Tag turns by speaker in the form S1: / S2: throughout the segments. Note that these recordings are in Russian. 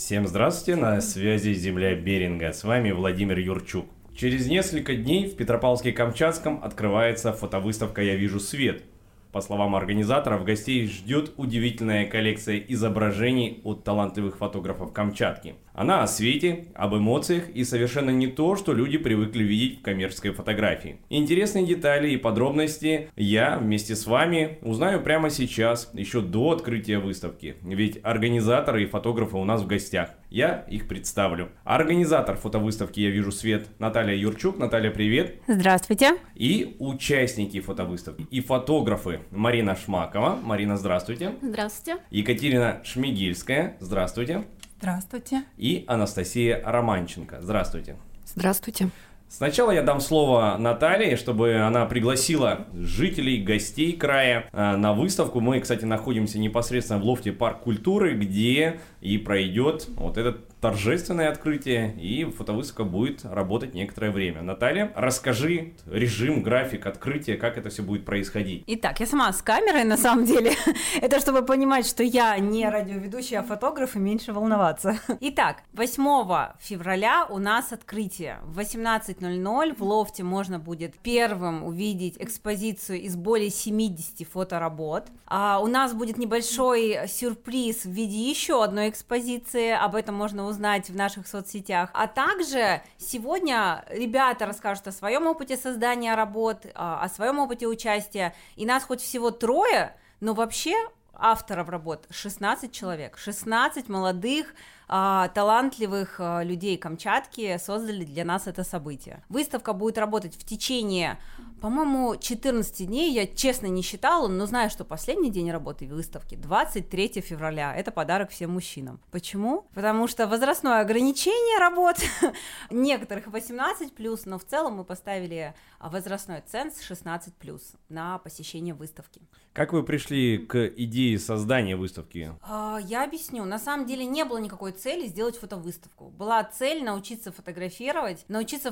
S1: Всем здравствуйте, на связи Земля Беринга, с вами Владимир Юрчук. Через несколько дней в Петропавловске-Камчатском открывается фотовыставка «Я вижу свет». По словам организаторов, гостей ждет удивительная коллекция изображений от талантливых фотографов Камчатки. Она о свете, об эмоциях и совершенно не то, что люди привыкли видеть в коммерческой фотографии. Интересные детали и подробности я вместе с вами узнаю прямо сейчас, еще до открытия выставки. Ведь организаторы и фотографы у нас в гостях. Я их представлю. Организатор фотовыставки «Я вижу свет» Наталья Юрчук. Наталья, привет.
S2: Здравствуйте.
S1: И участники фотовыставки и фотографы Марина Шмакова. Марина, здравствуйте.
S3: Здравствуйте.
S1: Екатерина Шмигельская. Здравствуйте.
S4: Здравствуйте.
S1: И Анастасия Романченко. Здравствуйте.
S2: Здравствуйте.
S1: Сначала я дам слово Наталье, чтобы она пригласила жителей, гостей края на выставку. Мы, кстати, находимся непосредственно в лофте Парк культуры, где и пройдет вот это торжественное открытие, и фотовыставка будет работать некоторое время. Наталья, расскажи режим, график открытия, как это все будет происходить.
S2: Итак, я сама с камерой, на самом деле. Это чтобы понимать, что я не радиоведущая, а фотограф, и меньше волноваться. Итак, 8 февраля у нас открытие. В 18:00 в лофте можно будет первым увидеть экспозицию из более 70 фоторабот. У нас будет небольшой сюрприз в виде еще одной экспозиции, об этом можно узнать в наших соцсетях. А также сегодня ребята расскажут о своем опыте создания работ, о своем опыте участия. И нас хоть всего 3, но вообще авторов работ 16 человек, 16 молодых, талантливых людей Камчатки создали для нас это событие. Выставка будет работать в течение, по-моему, 14 дней, я честно не считала, но знаю, что последний день работы выставки 23 февраля, это подарок всем мужчинам. Почему? Потому что возрастное ограничение работ, некоторых 18+, но в целом мы поставили возрастной ценз 16+, на посещение выставки.
S1: Как вы пришли к идее создания выставки?
S2: Я объясню. На самом деле не было никакой цели сделать фотовыставку. Была цель научиться фотографировать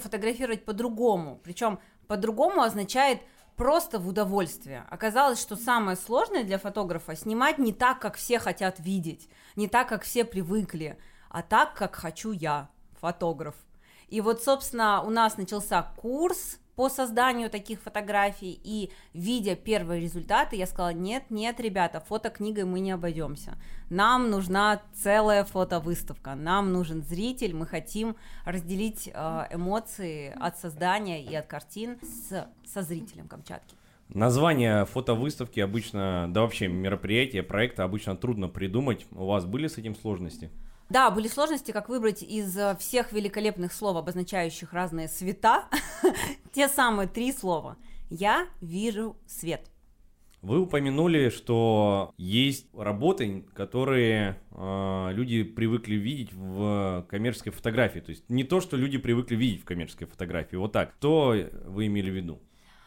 S2: по-другому. Причем по-другому означает просто в удовольствие. Оказалось, что самое сложное для фотографа — снимать не так, как все хотят видеть, не так, как все привыкли, а так, как хочу я, фотограф. И вот, собственно, у нас начался курс по созданию таких фотографий, и, видя первые результаты, я сказала: нет, ребята, фотокнигой мы не обойдемся, нам нужна целая фотовыставка, нам нужен зритель, мы хотим разделить эмоции от создания и от картин со зрителем Камчатки.
S1: Название фотовыставки обычно, да вообще мероприятия, проекта обычно трудно придумать. У вас были с этим сложности?
S2: Да, были сложности, как выбрать из всех великолепных слов, обозначающих разные цвета, те самые 3 слова. Я вижу свет.
S1: Вы упомянули, что есть работы, которые люди привыкли видеть в коммерческой фотографии. То есть не то, что люди привыкли видеть в коммерческой фотографии. Вот так. Что вы имели в виду?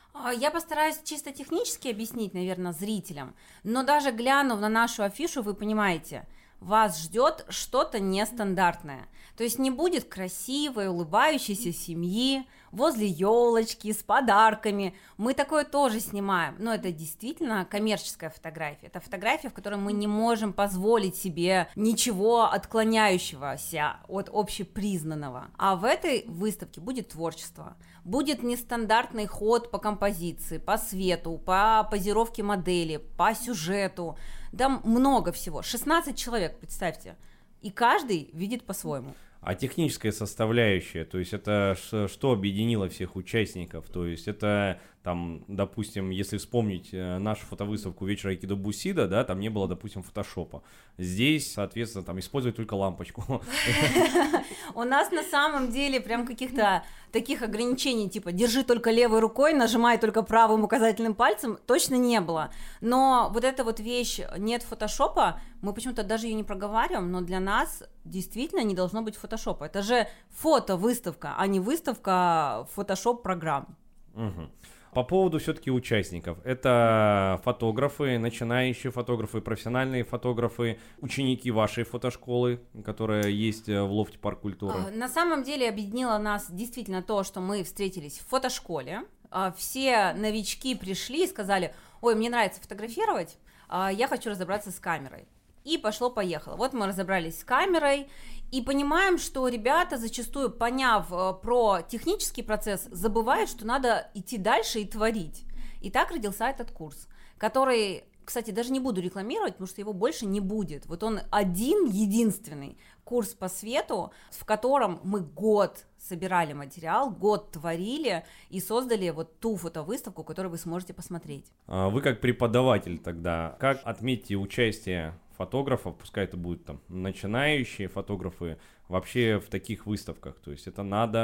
S2: Я постараюсь чисто технически объяснить, наверное, зрителям. Но даже глянув на нашу афишу, вы понимаете, вас ждет что-то нестандартное. То есть не будет красивой, улыбающейся семьи возле елочки с подарками. Мы такое тоже снимаем, но это действительно коммерческая фотография. Это фотография, в которой мы не можем позволить себе ничего отклоняющегося от общепризнанного. А в этой выставке будет творчество. Будет нестандартный ход по композиции, по свету, по позировке модели, по сюжету. Да много всего. 16 человек, представьте. И каждый видит по-своему.
S1: А техническая составляющая, то есть это что объединило всех участников? То есть это, там, допустим, если вспомнить нашу фотовыставку «Вечер айкидо бусидо», да, там не было, допустим, фотошопа. Здесь, соответственно, там использовать только лампочку.
S2: У нас на самом деле прям каких-то таких ограничений, типа держи только левой рукой, нажимай только правым указательным пальцем, точно не было. Но вот эта вот вещь «нет фотошопа», мы почему-то даже ее не проговариваем, но для нас действительно не должно быть фотошопа. Это же фотовыставка, а не выставка фотошоп-программ.
S1: Угу. По поводу все-таки участников. Это фотографы, начинающие фотографы, профессиональные фотографы, ученики вашей фотошколы, которая есть в лофте Парк культуры.
S2: На самом деле объединило нас действительно то, что мы встретились в фотошколе. Все новички пришли и сказали: ой, мне нравится фотографировать, я хочу разобраться с камерой. и пошло-поехало. Вот мы разобрались с камерой, и понимаем, что ребята зачастую, поняв про технический процесс, забывают, что надо идти дальше и творить. И так родился этот курс, который, кстати, даже не буду рекламировать, потому что его больше не будет. Вот он единственный курс по свету, в котором мы год собирали материал, год творили и создали вот ту фотовыставку, которую вы сможете посмотреть.
S1: Вы как преподаватель тогда, как отметите участие фотографов, пускай это будут там начинающие фотографы, вообще в таких выставках? То есть это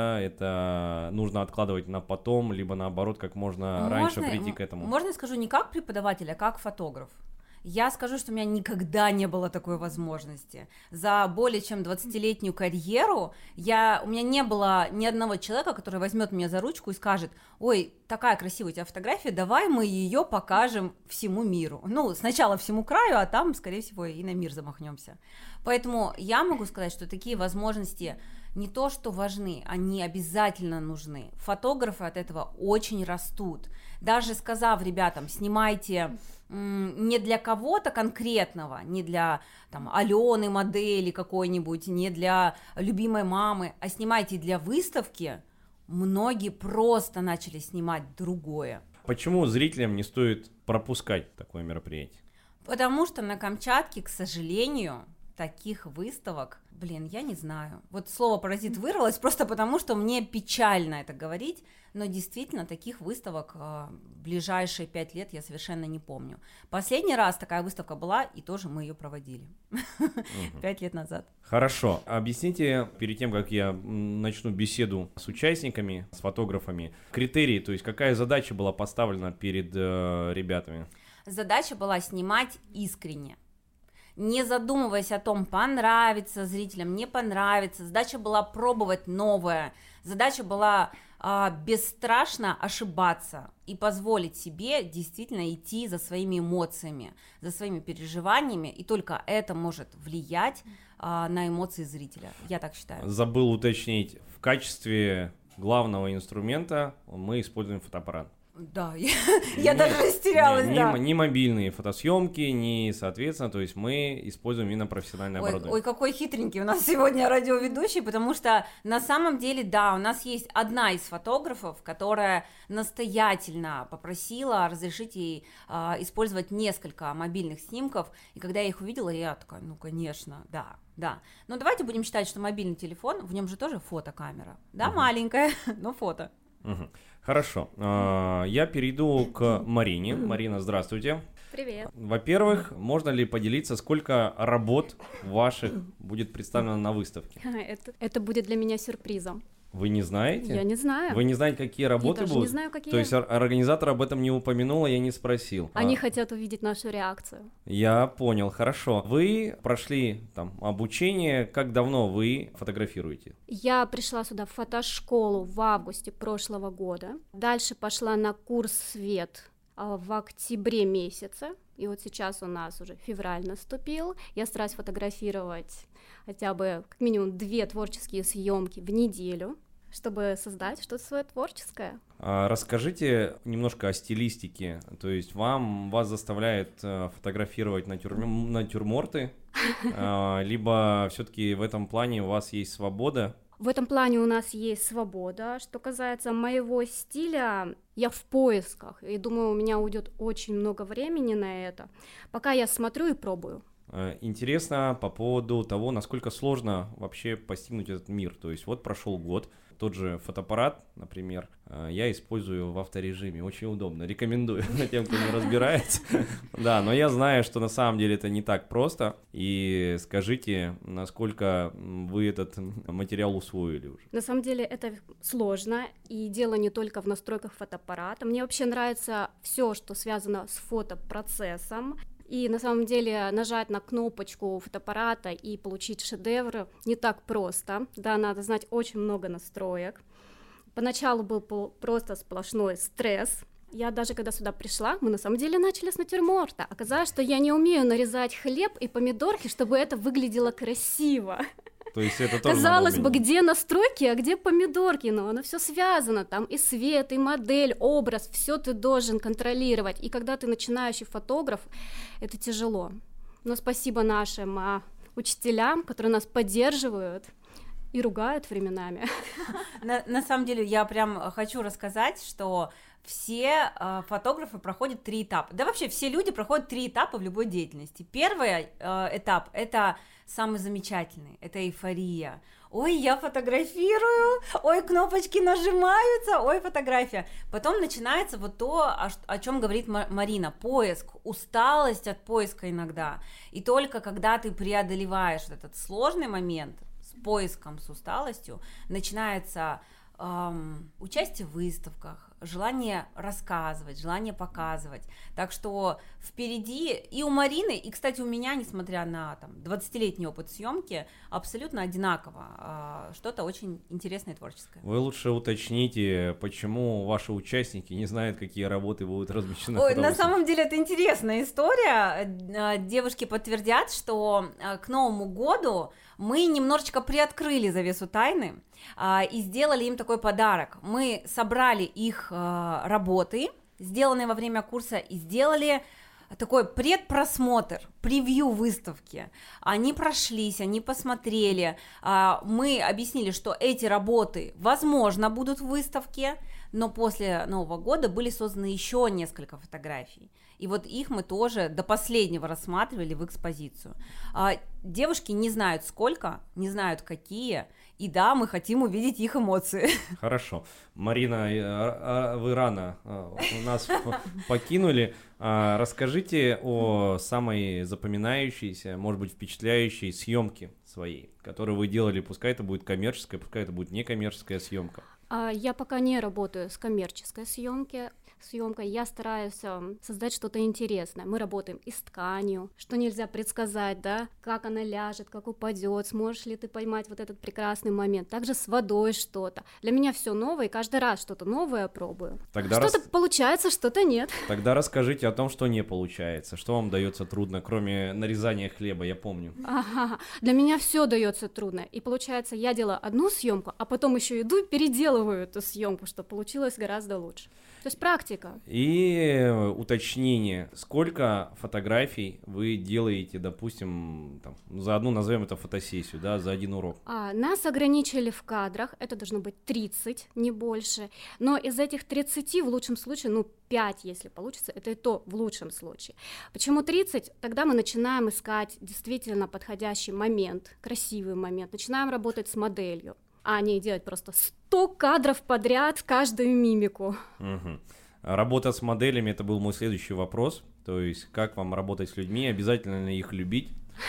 S1: нужно откладывать на потом, либо наоборот, как можно раньше прийти к этому?
S2: Можно я скажу не как преподаватель, а как фотограф. Я скажу, что у меня никогда не было такой возможности. За более чем 20-летнюю карьеру у меня не было ни одного человека, который возьмет меня за ручку и скажет: ой, такая красивая у тебя фотография, давай мы ее покажем всему миру. Ну, сначала всему краю, а там, скорее всего, и на мир замахнемся. Поэтому я могу сказать, что такие возможности не то что важны, они обязательно нужны. Фотографы от этого очень растут. Даже сказав ребятам: снимайте не для кого-то конкретного, не для там Алены модели какой-нибудь, не для любимой мамы, а снимайте для выставки, многие просто начали снимать другое.
S1: Почему зрителям не стоит пропускать такое мероприятие?
S2: Потому что на Камчатке, к сожалению, таких выставок, я не знаю. Вот слово «паразит» вырвалось просто потому, что мне печально это говорить, но действительно таких выставок в ближайшие 5 лет я совершенно не помню. Последний раз такая выставка была, и тоже мы ее проводили 5 лет назад.
S1: Хорошо. Объясните, перед тем, как я начну беседу с участниками, с фотографами, критерии, то есть какая задача была поставлена перед ребятами?
S2: Задача была снимать искренне, не задумываясь о том, понравится зрителям, не понравится. Задача была пробовать новое. Задача была бесстрашно ошибаться и позволить себе действительно идти за своими эмоциями, за своими переживаниями, и только это может влиять на эмоции зрителя. Я так считаю.
S1: Забыл уточнить, в качестве главного инструмента мы используем фотоаппарат.
S2: Да, я даже растерялась, да.
S1: Не мобильные фотосъемки, не, соответственно, то есть мы используем именно профессиональное оборудование.
S2: Ой, какой хитренький у нас сегодня радиоведущий, потому что на самом деле, да, у нас есть одна из фотографов, которая настоятельно попросила разрешить ей использовать несколько мобильных снимков, и когда я их увидела, я такая: ну, конечно, да. Но давайте будем считать, что мобильный телефон, в нем же тоже фотокамера, да, маленькая, но фото.
S1: Хорошо, я перейду к Марине. Марина, здравствуйте.
S3: Привет.
S1: Во-первых, можно ли поделиться, сколько работ ваших будет представлено на выставке?
S3: Это будет для меня сюрпризом.
S1: Вы не знаете?
S3: Я не знаю.
S1: Вы не знаете, какие работы будут?
S3: Я не знаю, какие.
S1: То есть организатор об этом не упомянула, я не спросил.
S3: Они хотят увидеть нашу реакцию.
S1: Я понял, хорошо. Вы прошли там обучение, как давно вы фотографируете?
S3: Я пришла сюда в фотошколу в августе прошлого года. Дальше пошла на курс «Свет» в октябре месяце. И вот сейчас у нас уже февраль наступил. Я стараюсь фотографировать хотя бы как минимум 2 творческие съемки в неделю, чтобы создать что-то свое творческое.
S1: Расскажите немножко о стилистике. То есть вас заставляет фотографировать натюрморты, либо все-таки в этом плане у вас есть свобода?
S3: В этом плане у нас есть свобода. Что касается моего стиля, я в поисках, и думаю, у меня уйдет очень много времени на это, пока я смотрю и пробую.
S1: Интересно по поводу того, насколько сложно вообще постигнуть этот мир. То есть вот прошел год, тот же фотоаппарат, например, я использую в авторежиме, очень удобно, рекомендую тем, кто не разбирается. Да, но я знаю, что на самом деле это не так просто. И скажите, насколько вы этот материал усвоили уже?
S3: На самом деле это сложно, и дело не только в настройках фотоаппарата. Мне вообще нравится все, что связано с фотопроцессом. И на самом деле нажать на кнопочку фотоаппарата и получить шедевр не так просто. Да, надо знать очень много настроек. Поначалу был просто сплошной стресс. Я даже когда сюда пришла, мы на самом деле начали с натюрморта. Оказалось, что я не умею нарезать хлеб и помидорки, чтобы это выглядело красиво.
S1: То есть это тоже
S3: казалось бы, где настройки, а где помидорки, но оно все связано, там и свет, и модель, образ, все ты должен контролировать, и когда ты начинающий фотограф, это тяжело. Но спасибо нашим учителям, которые нас поддерживают и ругают временами.
S2: На самом деле, я прям хочу рассказать, что все фотографы проходят 3 этапа. Да вообще все люди проходят 3 этапа в любой деятельности. Первый этап – это самый замечательный, это эйфория. Ой, я фотографирую, ой, кнопочки нажимаются, ой, фотография. Потом начинается вот то, о чем говорит Марина, поиск, усталость от поиска иногда. И только когда ты преодолеваешь вот этот сложный момент с поиском, с усталостью, начинается участие в выставках, желание рассказывать, желание показывать. Так что впереди и у Марины, и, кстати, у меня, несмотря на 20-летний опыт съемки, абсолютно одинаково. Что-то очень интересное и творческое.
S1: Вы лучше уточните, почему ваши участники не знают, какие работы будут размещены.
S2: Ой, на самом деле это интересная история. Девушки подтвердят, что к Новому году мы немножечко приоткрыли завесу тайны и сделали им такой подарок. Мы собрали их работы, сделанные во время курса, и сделали такой предпросмотр, превью выставки. Они прошлись, они посмотрели, мы объяснили, что эти работы, возможно, будут в выставке, но после Нового года были созданы еще несколько фотографий. И вот их мы тоже до последнего рассматривали в экспозицию. Девушки не знают сколько, не знают какие, и да, мы хотим увидеть их эмоции.
S1: Хорошо. Марина, вы рано нас покинули. Расскажите о самой запоминающейся, может быть, впечатляющей съемке своей, которую вы делали. Пускай это будет коммерческая, пускай это будет некоммерческая съемка.
S3: Я пока не работаю с коммерческой съемкой. Я стараюсь создать что-то интересное. Мы работаем и с тканью, что нельзя предсказать, да, как она ляжет, как упадет, сможешь ли ты поймать вот этот прекрасный момент. Также с водой что-то. Для меня все новое, и каждый раз что-то новое пробую. Что-то получается, что-то нет.
S1: Тогда расскажите о том, что не получается. Что вам дается трудно, кроме нарезания хлеба, я помню.
S3: Для меня все дается трудно. И получается, я делаю одну съемку, а потом еще иду и переделываю эту съемку, чтобы получилось гораздо лучше. То есть практика.
S1: И уточнение, сколько фотографий вы делаете, допустим, за одну, назовем это фотосессию, да, за один урок?
S3: Нас ограничили в кадрах, это должно быть 30, не больше, но из этих 30 в лучшем случае, 5, если получится, это и то в лучшем случае. Почему 30? Тогда мы начинаем искать действительно подходящий момент, красивый момент, начинаем работать с моделью, а не делать просто 100 кадров подряд, каждую мимику.
S1: Угу. Работа с моделями — это был мой следующий вопрос. То есть, как вам работать с людьми, обязательно ли их любить?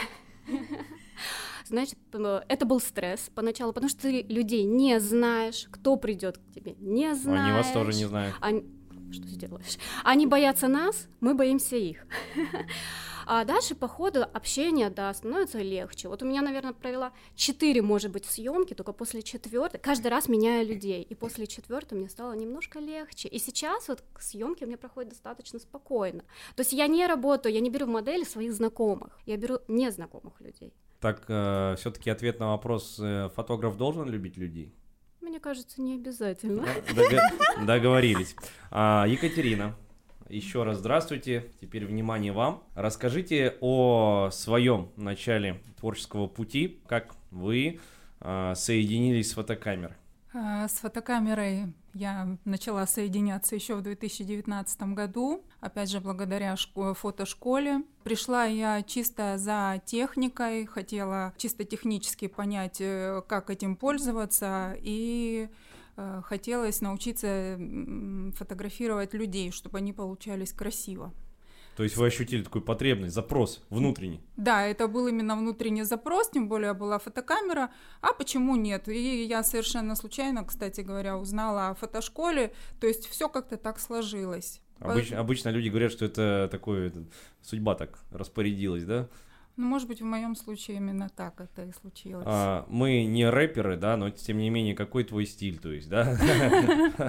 S3: Значит, это был стресс поначалу, потому что ты людей не знаешь, кто придет к тебе, не знаешь.
S1: Они вас тоже не знают.
S3: Что сделаешь? Они боятся нас, мы боимся их. А дальше по ходу общения, да, становится легче. Вот у меня, наверное, провела 4, может быть, съемки, только после 4-й, каждый раз меняю людей, и после 4-й мне стало немножко легче. И сейчас вот съемки у меня проходят достаточно спокойно. То есть я не работаю, я не беру в модели своих знакомых, я беру незнакомых людей.
S1: Так, все-таки ответ на вопрос, фотограф должен любить людей?
S3: Мне кажется, не обязательно.
S1: Договорились. Екатерина, еще раз здравствуйте. Теперь внимание вам. Расскажите о своем начале творческого пути, как вы соединились с фотокамерой.
S4: С фотокамерой я начала соединяться еще в 2019 году, опять же, благодаря фотошколе. Пришла я чисто за техникой, хотела чисто технически понять, как этим пользоваться, и хотелось научиться фотографировать людей, чтобы они получались красиво.
S1: То есть вы ощутили такую потребность, запрос внутренний?
S4: Да, это был именно внутренний запрос, тем более была фотокамера, а почему нет? И я совершенно случайно, кстати говоря, узнала о фотошколе, то есть все как-то так сложилось.
S1: Обычно люди говорят, что это такое, судьба так распорядилась, да?
S4: Ну, может быть, в моем случае именно так это и случилось.
S1: Мы не рэперы, да, но тем не менее, какой твой стиль, то есть, да?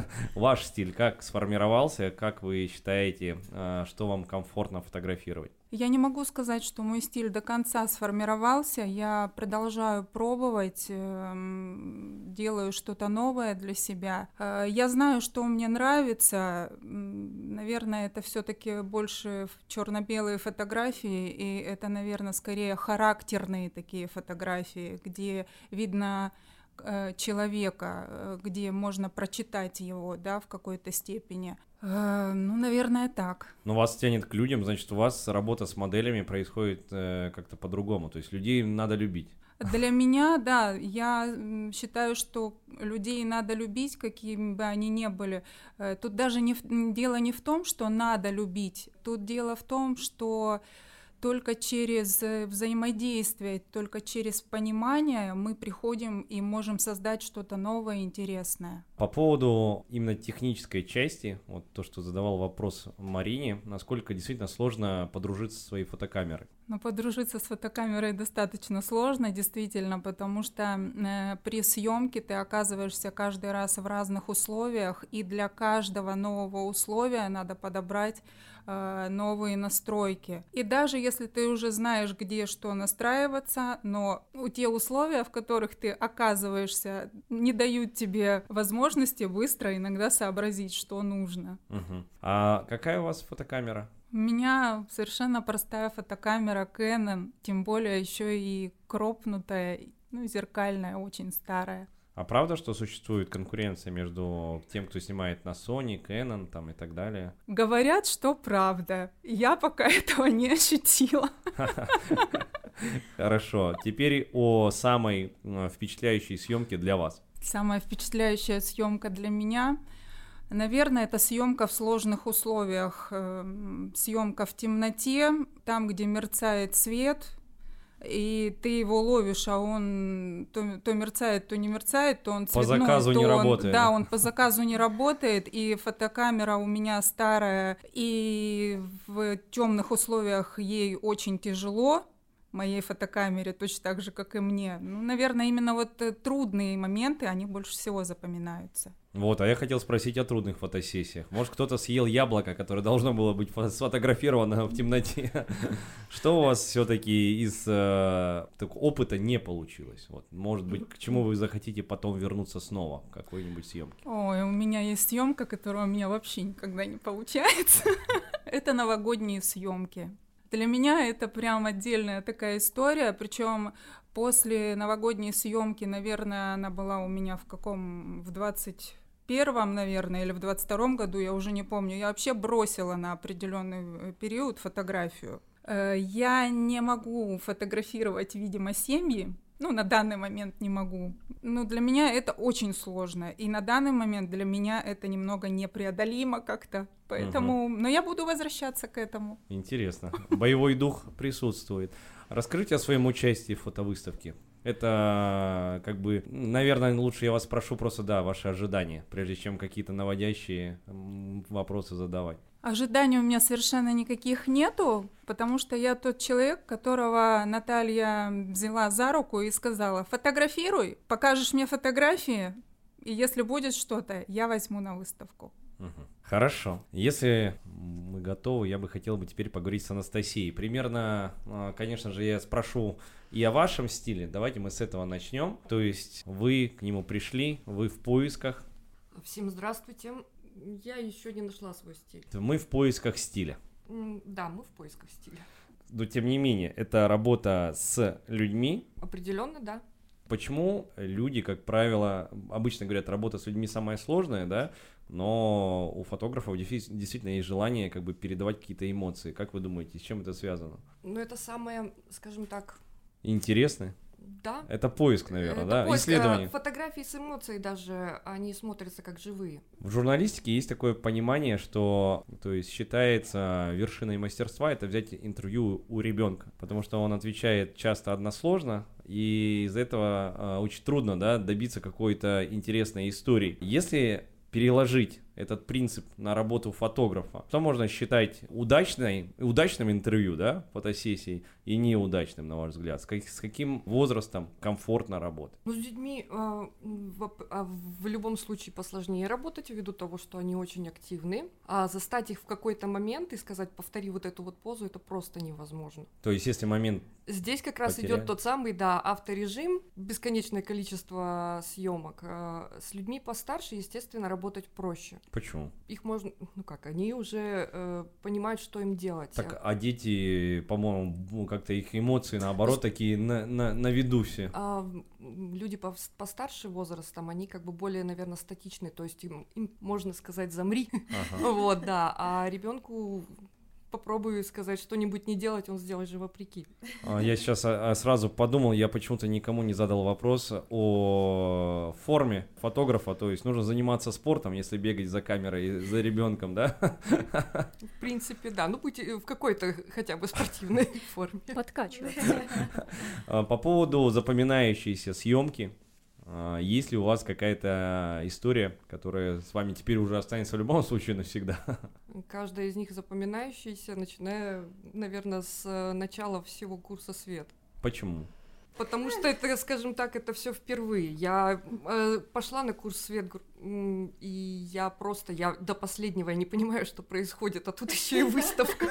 S1: Ваш стиль как сформировался, как вы считаете, что вам комфортно фотографировать?
S4: Я не могу сказать, что мой стиль до конца сформировался. Я продолжаю пробовать, делаю что-то новое для себя. Я знаю, что мне нравится. Наверное, это все-таки больше черно-белые фотографии, и это, наверное, скорее характерные такие фотографии, где видно человека, где можно прочитать его, да, в какой-то степени. Ну, наверное, так.
S1: Но вас тянет к людям, значит, у вас работа с моделями происходит как-то по-другому. То есть людей надо любить.
S4: Для меня, да, я считаю, что людей надо любить, какими бы они ни были. Тут даже дело не в том, что надо любить. Тут дело в том, что только через взаимодействие, только через понимание мы приходим и можем создать что-то новое, интересное.
S1: По поводу именно технической части, вот то, что задавал вопрос Марине, насколько действительно сложно подружиться со своей фотокамерой?
S4: Но подружиться с фотокамерой достаточно сложно, действительно, потому что при съемке ты оказываешься каждый раз в разных условиях, и для каждого нового условия надо подобрать новые настройки. И даже если ты уже знаешь, где что настраиваться, но те условия, в которых ты оказываешься, не дают тебе возможности быстро иногда сообразить, что нужно.
S1: Угу. А какая у вас фотокамера?
S4: У меня совершенно простая фотокамера Canon, тем более еще и кропнутая, ну, зеркальная, очень старая.
S1: А правда, что существует конкуренция между тем, кто снимает на Sony, Canon там, и так далее?
S4: Говорят, что правда. Я пока этого не ощутила.
S1: Хорошо. Теперь о самой впечатляющей съемке для вас.
S4: Самая впечатляющая съемка для меня, наверное, это съемка в сложных условиях. Съемка в темноте, там, где мерцает свет, и ты его ловишь, а он то мерцает, то не мерцает, то он цветной,
S1: по заказу не работает.
S4: Да, он по заказу не работает, и фотокамера у меня старая, и в темных условиях ей очень тяжело, моей фотокамере, точно так же, как и мне. Ну, наверное, именно вот трудные моменты, они больше всего запоминаются.
S1: Вот, а я хотел спросить о трудных фотосессиях. Может, кто-то съел яблоко, которое должно было быть сфотографировано в темноте? Что у вас все-таки из опыта не получилось? Вот, может быть, к чему вы захотите потом вернуться снова в какой-нибудь съемке?
S4: Ой, у меня есть съемка, которая у меня вообще никогда не получается. Это новогодние съемки. Для меня это прям отдельная такая история, причем после новогодней съемки, наверное, она была у меня в 21-м, наверное, или в 22-м году, я уже не помню. Я вообще бросила на определенный период фотографию. Я не могу фотографировать, видимо, семьи. Ну, на данный момент не могу. Но для меня это очень сложно. И на данный момент для меня это немного непреодолимо как-то. Поэтому, но я буду возвращаться к этому.
S1: Интересно. Боевой дух присутствует. Расскажите о своем участии в фотовыставке. Это, как бы, наверное, лучше я вас спрошу просто, да, ваши ожидания, прежде чем какие-то наводящие вопросы задавать.
S4: Ожиданий у меня совершенно никаких нету, потому что я тот человек, которого Наталья взяла за руку и сказала: фотографируй, покажешь мне фотографии, и если будет что-то, я возьму на выставку.
S1: Хорошо. Если мы готовы, я бы хотел теперь поговорить с Анастасией. Примерно, конечно же, я спрошу и о вашем стиле. Давайте мы с этого начнем. То есть вы к нему пришли, вы в поисках.
S5: Всем здравствуйте. Я еще не нашла свой стиль.
S1: Мы в поисках стиля.
S5: Да, мы в поисках стиля.
S1: Но тем не менее, это работа с людьми.
S5: Определенно, да.
S1: Почему люди, как правило, обычно говорят, работа с людьми самая сложная, да, но у фотографов действительно есть желание как бы передавать какие-то эмоции. Как вы думаете, с чем это связано?
S5: Ну, это самое, скажем так...
S1: Интересно?
S5: Да.
S1: Это поиск, наверное,
S5: это
S1: да?
S5: Поиск.
S1: Исследование.
S5: Фотографии с эмоцией даже, они смотрятся как живые.
S1: В журналистике есть такое понимание, что, то есть, считается вершиной мастерства это взять интервью у ребенка, потому что он отвечает часто односложно, и из этого очень трудно, да, добиться какой-то интересной истории. Если переложить этот принцип на работу фотографа? Что можно считать удачным интервью, да, фотосессией, и неудачным, на ваш взгляд? С каким возрастом комфортно работать?
S5: Ну, с детьми в любом случае посложнее работать, ввиду того, что они очень активны. А застать их в какой-то момент и сказать, повтори вот эту вот позу, это просто невозможно.
S1: То есть, если момент...
S5: Здесь как раз
S1: потеряют.
S5: идет тот самый, да, авторежим, бесконечное количество съемок. С людьми постарше, естественно, работать проще.
S1: Почему?
S5: Их можно, они уже понимают, что им делать.
S1: Так, а дети, по-моему, как-то их эмоции, наоборот, такие на виду все.
S5: Люди постарше возрастом, они как бы более, наверное, статичны, то есть им можно сказать «замри», вот, да, а ребенку попробую сказать что-нибудь не делать, он сделает же вопреки.
S1: Я сейчас сразу подумал, я почему-то никому не задал вопрос о форме фотографа, то есть нужно заниматься спортом, если бегать за камерой, за ребенком, да?
S5: В принципе, да, будь в какой-то хотя бы спортивной форме.
S3: Подкачиваться.
S1: По поводу запоминающейся съемки, есть ли у вас какая-то история, которая с вами теперь уже останется в любом случае навсегда?
S5: Каждая из них запоминающаяся, начиная, наверное, с начала всего курса «Свет».
S1: Почему?
S5: Потому что это, скажем так, это все впервые. Я пошла на курс «Свет», и я до последнего не понимаю, что происходит, а тут еще и выставка.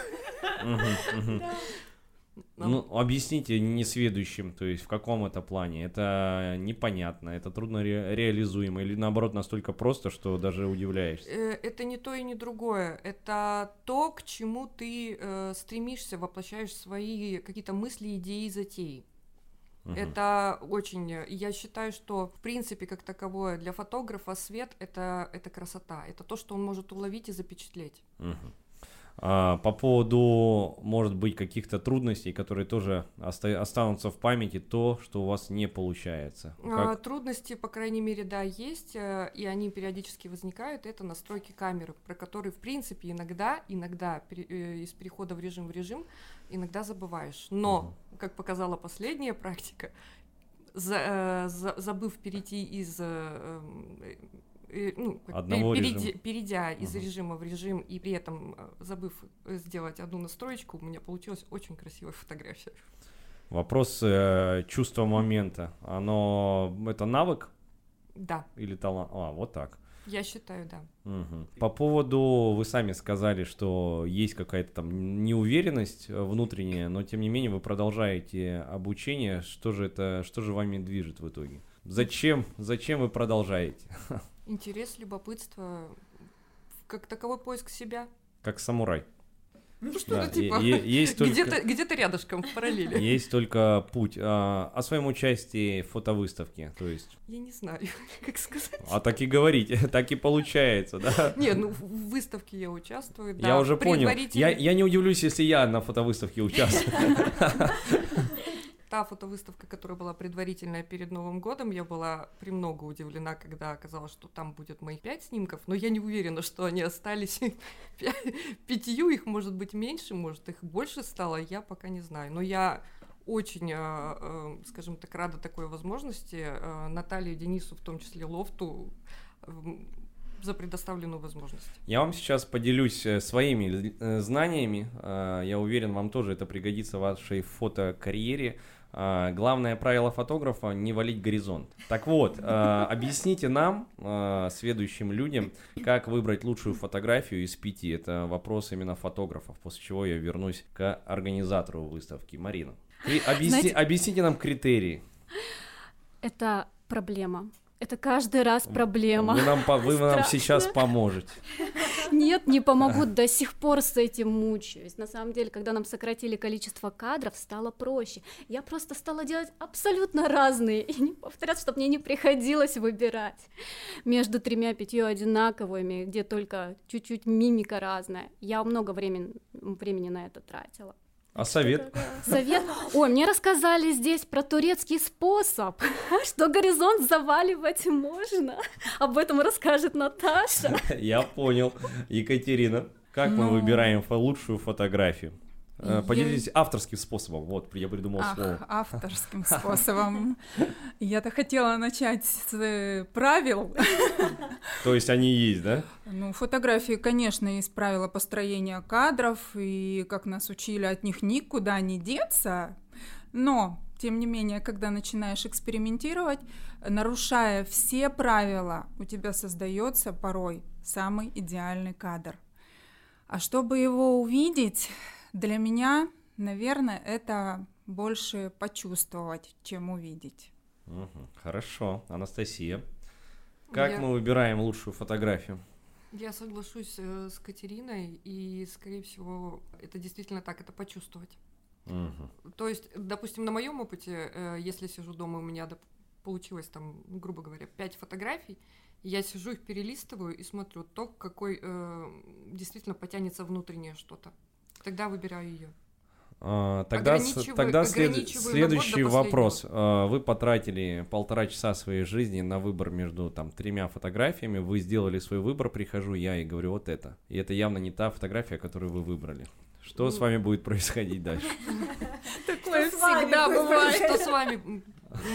S1: Ну, объясните несведущим, то есть в каком это плане? Это непонятно, это трудно реализуемо или наоборот настолько просто, что даже удивляешься?
S5: Это не то и не другое. Это то, к чему ты стремишься, воплощаешь свои какие-то мысли, идеи, затеи. Это очень... Я считаю, что в принципе как таковое для фотографа свет это красота. Это то, что он может уловить и запечатлеть.
S1: По поводу, может быть, каких-то трудностей, которые тоже останутся в памяти, то, что у вас не получается.
S5: Трудности, по крайней мере, да, есть, и они периодически возникают. Это настройки камеры, про которые, в принципе, иногда из перехода в режим иногда забываешь. Но, как показала последняя практика, забыв перейти из... перейдя из режима в режим и при этом забыв сделать одну настроечку, у меня получилась очень красивая фотография.
S1: Вопрос чувства момента. Это навык?
S5: Да.
S1: Или талант? Вот так.
S5: Я считаю, да.
S1: По поводу, вы сами сказали, что есть какая-то там неуверенность внутренняя, но тем не менее вы продолжаете обучение. Что же вами движет в итоге? Зачем вы продолжаете?
S5: Интерес, любопытство, как таковой поиск себя.
S1: Как самурай.
S5: Ну что-то типа, где-то рядышком, в параллели.
S1: Есть только путь. О своем участии в фотовыставке, то есть...
S5: Я не знаю, как сказать.
S1: А так и говорите, так и получается, да?
S5: Не, в выставке я участвую, да.
S1: Я уже понял. Я не удивлюсь, если я на фотовыставке участвую.
S5: Та фотовыставка, которая была предварительная перед Новым годом, я была премного удивлена, когда оказалось, что там будет моих 5 снимков, но я не уверена, что они остались 5, их может быть меньше, может их больше стало, я пока не знаю. Но я очень, скажем так, рада такой возможности, Наталье, Денису, в том числе Лофту, за предоставленную возможность.
S1: Я вам сейчас поделюсь своими знаниями, я уверен, вам тоже это пригодится в вашей фотокарьере. Главное правило фотографа — не валить горизонт. Так вот, объясните нам, сведущим людям, как выбрать лучшую фотографию из 5. Это вопрос именно фотографов, после чего я вернусь к организатору выставки. Марина, объясните нам критерии.
S3: Это проблема. Это каждый раз проблема.
S1: Вы нам сейчас поможете.
S3: Нет, не помогу, до сих пор с этим мучаюсь. На самом деле, когда нам сократили количество кадров, стало проще. Я просто стала делать абсолютно разные и не повторяться, чтобы мне не приходилось выбирать между 3-5 одинаковыми, где только чуть-чуть мимика разная. Я много времени на это тратила.
S1: А совет?
S3: Совет? Ой, мне рассказали здесь про турецкий способ, что горизонт заваливать можно. Об этом расскажет Наташа.
S1: Я понял. Екатерина, как мы выбираем лучшую фотографию? Поделитесь авторским способом. Вот, я придумал слово.
S4: Авторским способом. Я-то хотела начать с правил.
S1: То есть они есть, да?
S4: Ну, фотографии, конечно, есть правила построения кадров, и как нас учили, от них никуда не деться. Но, тем не менее, когда начинаешь экспериментировать, нарушая все правила, у тебя создается порой самый идеальный кадр. А чтобы его увидеть, для меня, наверное, это больше почувствовать, чем увидеть.
S1: Хорошо. Анастасия, как мы выбираем лучшую фотографию?
S5: Я соглашусь с Катериной, и, скорее всего, это действительно так, это почувствовать. То есть, допустим, на моем опыте, если сижу дома, у меня получилось там, грубо говоря, 5 фотографий, я сижу, их перелистываю и смотрю то, какой действительно потянется внутреннее что-то. Тогда выбираю ее.
S1: Тогда следующий вопрос. Вы потратили 1,5 часа своей жизни на выбор между 3 фотографиями. Вы сделали свой выбор, прихожу я и говорю вот это. И это явно не та фотография, которую вы выбрали. Что с вами будет происходить дальше?
S4: Такое всегда бывает.
S5: Что с вами?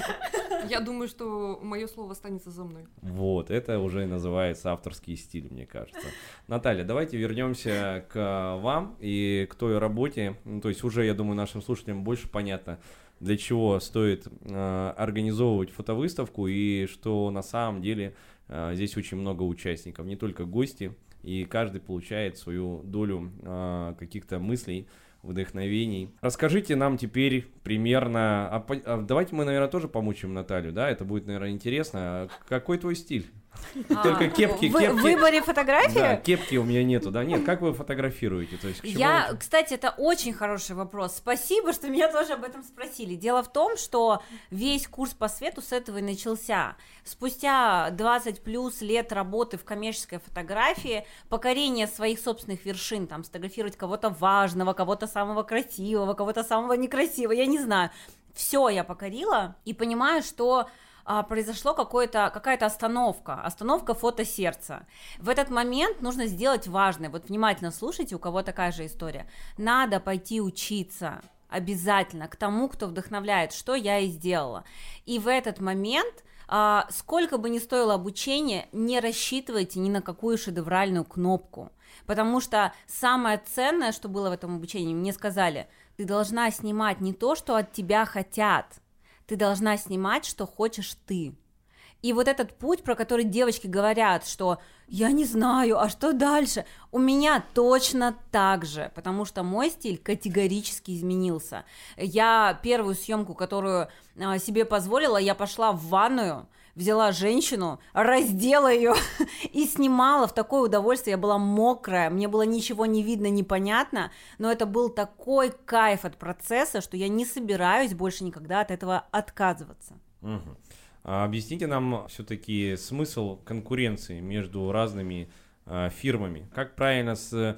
S5: Я думаю, что мое слово останется за мной.
S1: Вот, это уже называется авторский стиль, мне кажется. Наталья, давайте вернемся к вам и к той работе. То есть уже, я думаю, нашим слушателям больше понятно, для чего стоит организовывать фотовыставку и что на самом деле здесь очень много участников, не только гости, и каждый получает свою долю каких-то мыслей, вдохновений. Расскажите нам теперь примерно, давайте мы, наверное, тоже помучим Наталью, да, это будет, наверное, интересно. Какой твой стиль? Только кепки.
S2: В выборе фотографии?
S1: Да, кепки у меня нету, да, нет, как вы фотографируете? То есть,
S2: Кстати, это очень хороший вопрос, спасибо, что меня тоже об этом спросили. Дело в том, что весь курс по свету с этого и начался. Спустя 20 плюс лет работы в коммерческой фотографии, покорение своих собственных вершин, там, сфотографировать кого-то важного, кого-то самого красивого, кого-то самого некрасивого, я не знаю, все я покорила и понимаю, что произошло какая-то остановка фотосердца. В этот момент нужно сделать важное, вот внимательно слушайте, у кого такая же история, надо пойти учиться обязательно к тому, кто вдохновляет, что я и сделала. И в этот момент, сколько бы ни стоило обучение, не рассчитывайте ни на какую шедевральную кнопку, потому что самое ценное, что было в этом обучении, мне сказали, ты должна снимать не то, что от тебя хотят, ты должна снимать, что хочешь ты. И вот этот путь, про который девочки говорят, что я не знаю, а что дальше, у меня точно так же, потому что мой стиль категорически изменился. Я первую съемку, которую себе позволила, я пошла в ванную, взяла женщину, раздела ее и снимала в такое удовольствие. Я была мокрая, мне было ничего не видно, непонятно, но это был такой кайф от процесса, что я не собираюсь больше никогда от этого отказываться.
S1: Объясните нам все-таки смысл конкуренции между разными фирмами. Как правильно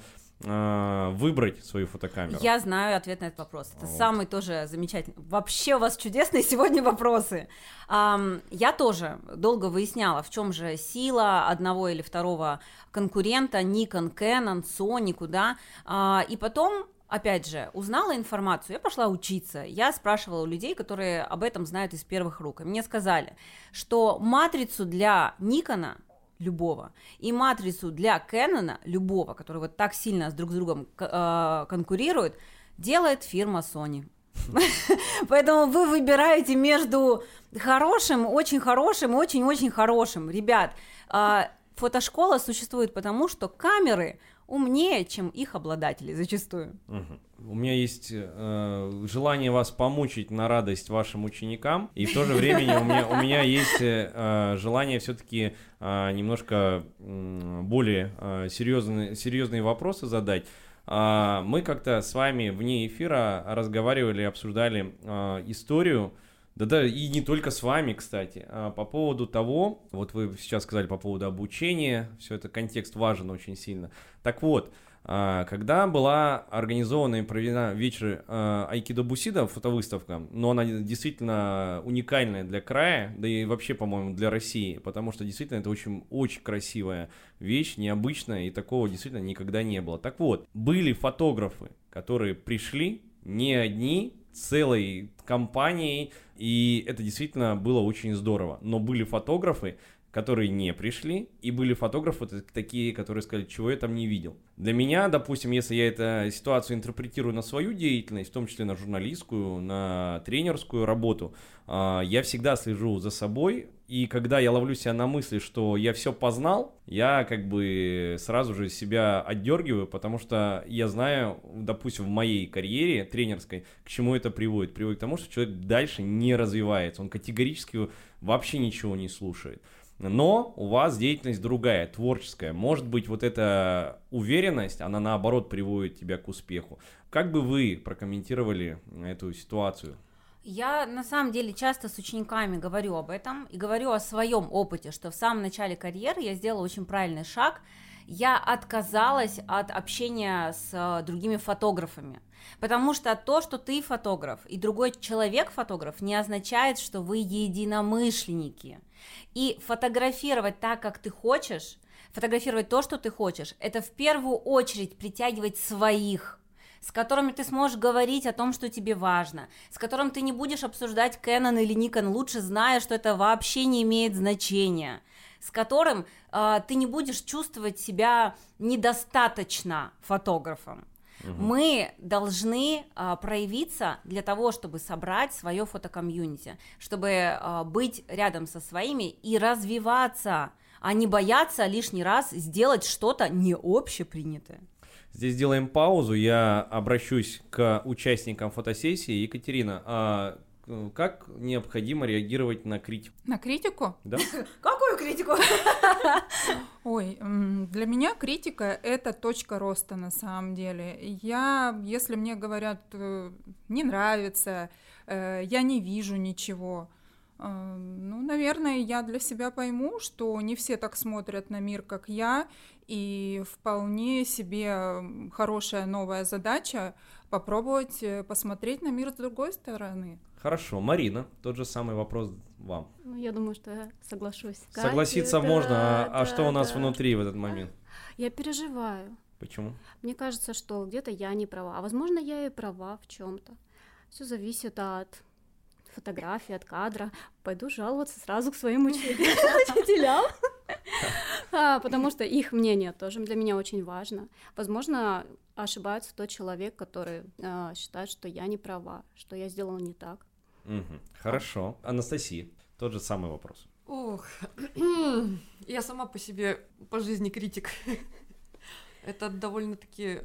S1: выбрать свою фотокамеру?
S2: Я знаю ответ на этот вопрос. Это самый тоже замечательный. Вообще у вас чудесные сегодня вопросы. Я тоже долго выясняла, в чем же сила одного или второго конкурента, Nikon, Canon, Sony, куда. И потом, опять же, узнала информацию, я пошла учиться. Я спрашивала у людей, которые об этом знают из первых рук. И мне сказали, что матрицу для Никона любого, и матрицу для Кэнона любого, который вот так сильно друг с другом конкурирует, делает фирма Sony. Поэтому вы выбираете между хорошим, очень хорошим и очень-очень хорошим. Ребят, фотошкола существует потому, что камеры умнее, чем их обладатели зачастую.
S1: У меня есть желание вас помучить на радость вашим ученикам, и в то же время у меня есть желание все-таки немножко более серьезные вопросы задать. Мы как-то с вами вне эфира разговаривали, обсуждали историю, да, и не только с вами, кстати, по поводу того, вот вы сейчас сказали по поводу обучения, все это контекст важен очень сильно. Так вот, когда была организована и проведена вечер Айкидо Бусидо, фотовыставка, но она действительно уникальная для края, да и вообще, по-моему, для России, потому что действительно это очень красивая вещь, необычная, и такого действительно никогда не было. Так вот, были фотографы которые пришли не одни, целой компанией, и это действительно было очень здорово. Но были фотографы, которые не пришли, и были фотографы такие, которые сказали, чего я там не видел. Для меня, допустим, если я эту ситуацию интерпретирую на свою деятельность, в том числе на журналистскую, на тренерскую работу, я всегда слежу за собой, и когда я ловлю себя на мысли, что я все познал, я как бы сразу же себя отдергиваю, потому что я знаю, допустим, в моей карьере тренерской, к чему это приводит. Приводит к тому, что человек дальше не развивается, он категорически вообще ничего не слушает. Но у вас деятельность другая, творческая. Может быть, вот эта уверенность, она наоборот приводит тебя к успеху. Как бы вы прокомментировали эту ситуацию?
S2: Я на самом деле часто с учениками говорю об этом и говорю о своем опыте, что в самом начале карьеры я сделала очень правильный шаг. Я отказалась от общения с другими фотографами, потому что то, что ты фотограф и другой человек фотограф, не означает, что вы единомышленники. И фотографировать так, как ты хочешь, фотографировать то, что ты хочешь, это в первую очередь притягивать своих, с которыми ты сможешь говорить о том, что тебе важно, с которым ты не будешь обсуждать Canon или Nikon, лучше зная, что это вообще не имеет значения, с которым ты не будешь чувствовать себя недостаточно фотографом. Мы должны проявиться для того, чтобы собрать свое фотокомьюнити, чтобы быть рядом со своими и развиваться, а не бояться лишний раз сделать что-то не общепринятое.
S1: Здесь делаем паузу, я обращусь к участникам фотосессии. Екатерина, как необходимо реагировать на критику?
S4: На критику?
S1: Да.
S2: Какую критику?
S4: Ой, для меня критика — это точка роста на самом деле. Если мне говорят, не нравится, я не вижу ничего, наверное, я для себя пойму, что не все так смотрят на мир, как я, и вполне себе хорошая новая задача попробовать посмотреть на мир с другой стороны.
S1: Хорошо, Марина, тот же самый вопрос вам.
S3: Я думаю, что я соглашусь.
S1: Согласиться
S3: Катя,
S1: можно,
S3: да,
S1: что у нас
S3: да.
S1: внутри в этот момент?
S3: Я переживаю.
S1: Почему?
S3: Мне кажется, что где-то я не права, а возможно, я и права в чем-то. Все зависит от фотографии, от кадра. Пойду жаловаться сразу к своим учителям, потому что их мнение тоже для меня очень важно. Возможно, ошибается тот человек, который считает, что я не права, что я сделала не так.
S1: Хорошо. Анастасия, тот же самый вопрос.
S5: Ох, я сама по себе по жизни критик. Это довольно-таки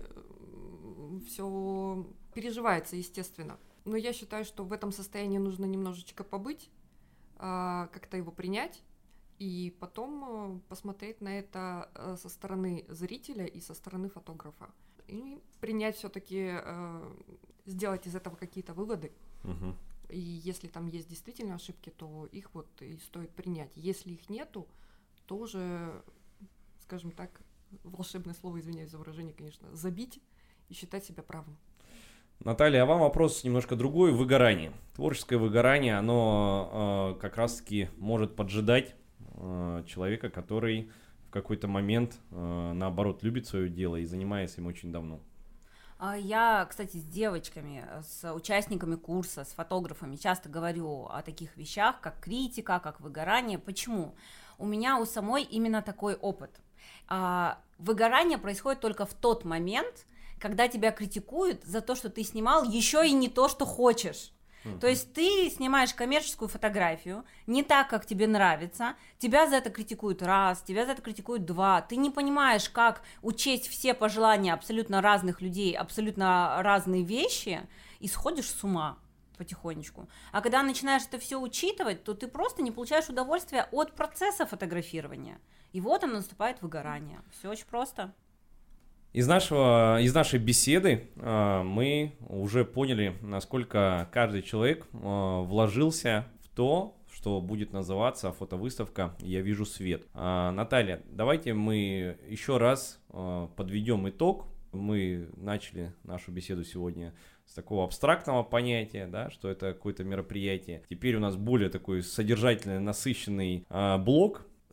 S5: все переживается, естественно. Но я считаю, что в этом состоянии нужно немножечко побыть, как-то его принять, и потом посмотреть на это со стороны зрителя и со стороны фотографа. И принять все-таки, сделать из этого какие-то выводы. И если там есть действительно ошибки, то их вот и стоит принять. Если их нету, то уже, скажем так, волшебное слово, извиняюсь за выражение, конечно, забить и считать себя правым.
S1: Наталья, а вам вопрос немножко другой. Выгорание. Творческое выгорание, оно как раз-таки может поджидать человека, который в какой-то момент, наоборот, любит свое дело и занимается им очень давно.
S2: Я, кстати, с девочками, с участниками курса, с фотографами часто говорю о таких вещах, как критика, как выгорание. Почему? У меня у самой именно такой опыт. Выгорание происходит только в тот момент, когда тебя критикуют за то, что ты снимал еще и не то, что хочешь. То есть ты снимаешь коммерческую фотографию не так, как тебе нравится, тебя за это критикуют раз, тебя за это критикуют два, ты не понимаешь, как учесть все пожелания абсолютно разных людей, абсолютно разные вещи, и сходишь с ума потихонечку. А когда начинаешь это все учитывать, то ты просто не получаешь удовольствия от процесса фотографирования. И вот оно наступает выгорание. Все очень просто.
S1: Из нашей беседы мы уже поняли, насколько каждый человек вложился в то, что будет называться фотовыставка «Я вижу свет». Наталья, давайте мы еще раз подведем итог. Мы начали нашу беседу сегодня с такого абстрактного понятия, да, что это какое-то мероприятие. Теперь у нас более такой содержательный, насыщенный блок.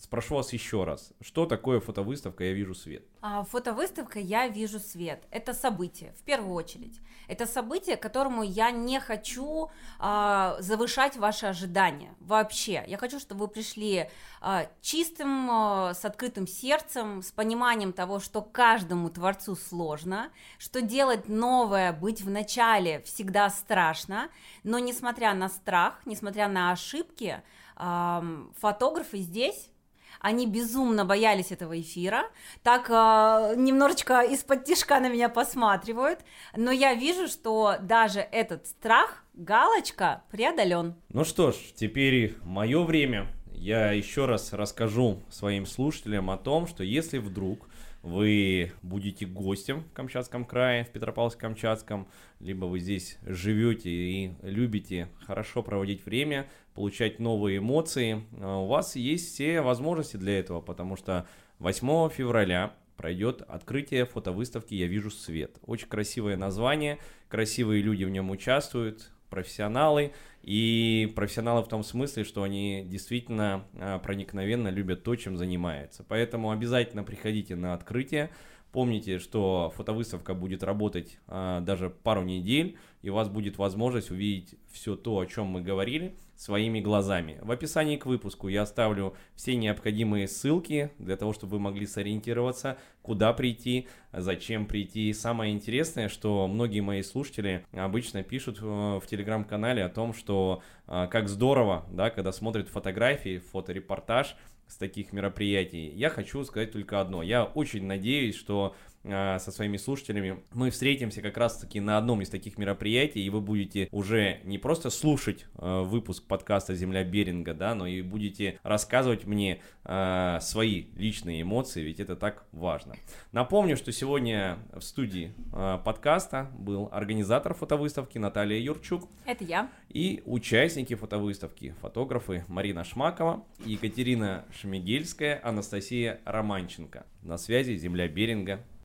S1: спрошу вас еще раз, что такое фотовыставка «Я вижу свет»?
S2: Фотовыставка «Я вижу свет» — это событие, в первую очередь. Это событие, к которому я не хочу завышать ваши ожидания вообще. Я хочу, чтобы вы пришли чистым, с открытым сердцем, с пониманием того, что каждому творцу сложно, что делать новое, быть в начале всегда страшно, но несмотря на страх, несмотря на ошибки, фотографы здесь, они безумно боялись этого эфира, так немножечко из-под тишка на меня посматривают, но я вижу, что даже этот страх, галочка, преодолен.
S1: Ну что ж, теперь мое время. Я еще раз расскажу своим слушателям о том, что если вдруг вы будете гостем в Камчатском крае, в Петропавловске-Камчатском, либо вы здесь живете и любите хорошо проводить время, получать новые эмоции, у вас есть все возможности для этого, потому что 8 февраля пройдет открытие фотовыставки «Я вижу свет». Очень красивое название, красивые люди в нем участвуют, профессионалы, и профессионалы в том смысле, что они действительно проникновенно любят то, чем занимаются. Поэтому обязательно приходите на открытие. Помните, что фотовыставка будет работать даже пару недель, и у вас будет возможность увидеть все то, о чем мы говорили, своими глазами. В описании к выпуску я оставлю все необходимые ссылки для того, чтобы вы могли сориентироваться, куда прийти, зачем прийти. Самое интересное, что многие мои слушатели обычно пишут в телеграм-канале о том, что как здорово, да, когда смотрят фотографии, фоторепортаж с таких мероприятий. Я хочу сказать только одно. Я очень надеюсь, что со своими слушателями мы встретимся как раз-таки на одном из таких мероприятий, и вы будете уже не просто слушать выпуск подкаста «Земля Беринга», да, но и будете рассказывать мне свои личные эмоции, ведь это так важно. Напомню, что сегодня в студии подкаста был организатор фотовыставки Наталья Юрчук.
S2: Это я.
S1: И участники фотовыставки, фотографы Марина Шмакова, Екатерина Шмигельская, Анастасия Романченко. На связи «Земля Беринга».